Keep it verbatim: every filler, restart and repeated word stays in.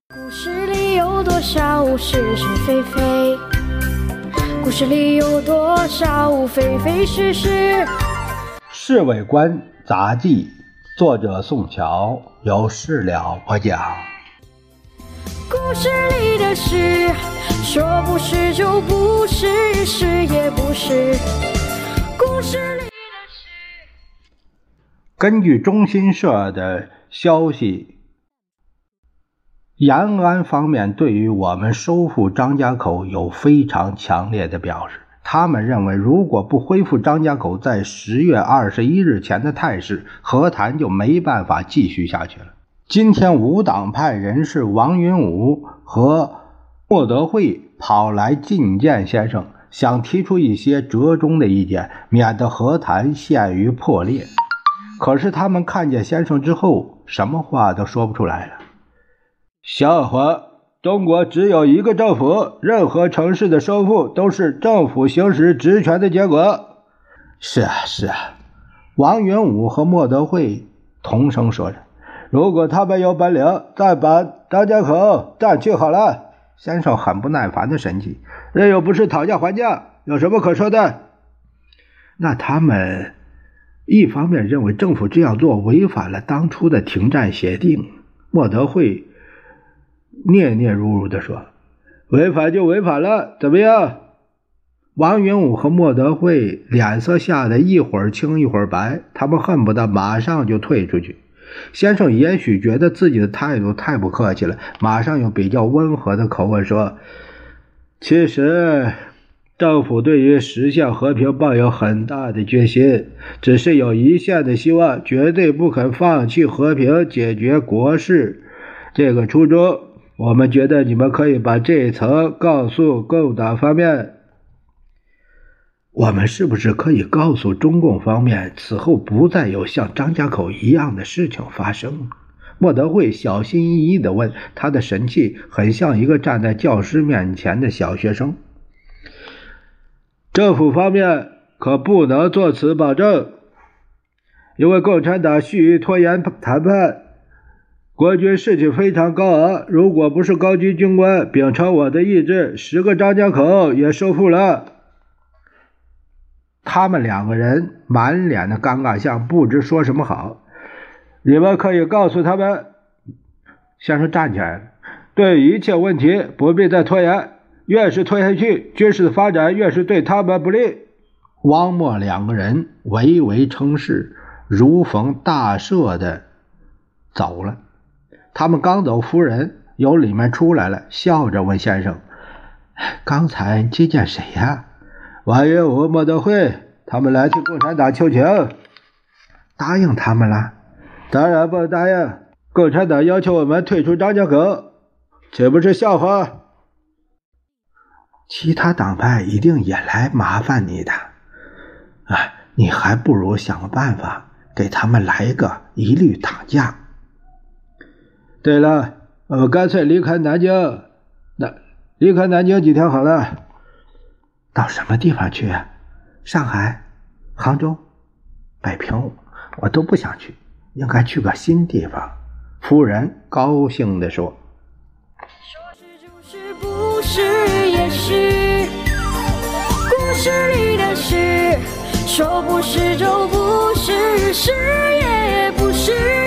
故事里有多少是是非非？故事里有多少非非是是？ 侍卫官杂记，作者宋乔，由事了播讲。 故事里的事，说不是就不是，是也不是。故事里的事。 根据中新社的消息，延安方面对于我们收复张家口有非常强烈的表示。他们认为，如果不恢复张家口在十月二十一日前的态势，和谈就没办法继续下去了。今天无党派人士王云武和莫德惠跑来觐见先生，想提出一些折中的意见，免得和谈陷于破裂。可是他们看见先生之后，什么话都说不出来了。笑话，中国只有一个政府，任何城市的收复都是政府行使职权的结果。是啊是啊，王云武和莫德惠同声说着，如果他们有本领，再把张家口占去好了。先生很不耐烦的神气，这又不是讨价还价，有什么可说的？那他们一方面认为政府这样做违反了当初的停战协定，莫德惠嗫嗫嚅嚅地说，违反就违反了，怎么样？王云武和莫德惠脸色吓得一会儿青一会儿白，他们恨不得马上就退出去。先生也许觉得自己的态度太不客气了，马上用比较温和的口吻说，其实政府对于实现和平抱有很大的决心，只是有一线的希望，绝对不肯放弃和平解决国事。这个初衷，我们觉得你们可以把这一层告诉共党方面。我们是不是可以告诉中共方面，此后不再有像张家口一样的事情发生？莫德惠小心翼翼地问，他的神气很像一个站在教师面前的小学生。政府方面可不能做此保证，因为共产党蓄意拖延谈判，国军士气非常高昂，如果不是高级军官秉承我的意志，十个张家口也收复了。他们两个人满脸的尴尬相，不知说什么好。你们可以告诉他们，先生站起来了，对一切问题不必再拖延，越是拖下去，军事的发展越是对他们不利。汪默两个人唯唯称是，如逢大赦的走了。他们刚走，夫人由里面出来了，笑着问先生，刚才接见谁呀？王云武、莫德惠，他们来替共产党求情。答应他们了？当然不答应，共产党要求我们退出张家口，这不是笑话。其他党派一定也来麻烦你的，啊，你还不如想个办法给他们来个一律打架。对了，我们干脆离开南京，那离开南京几天好了。到什么地方去啊？上海、杭州、北平，我都不想去，应该去个新地方。夫人高兴地说。 说是就是，不是也是。故事里的事，说不是就不是，是也不是。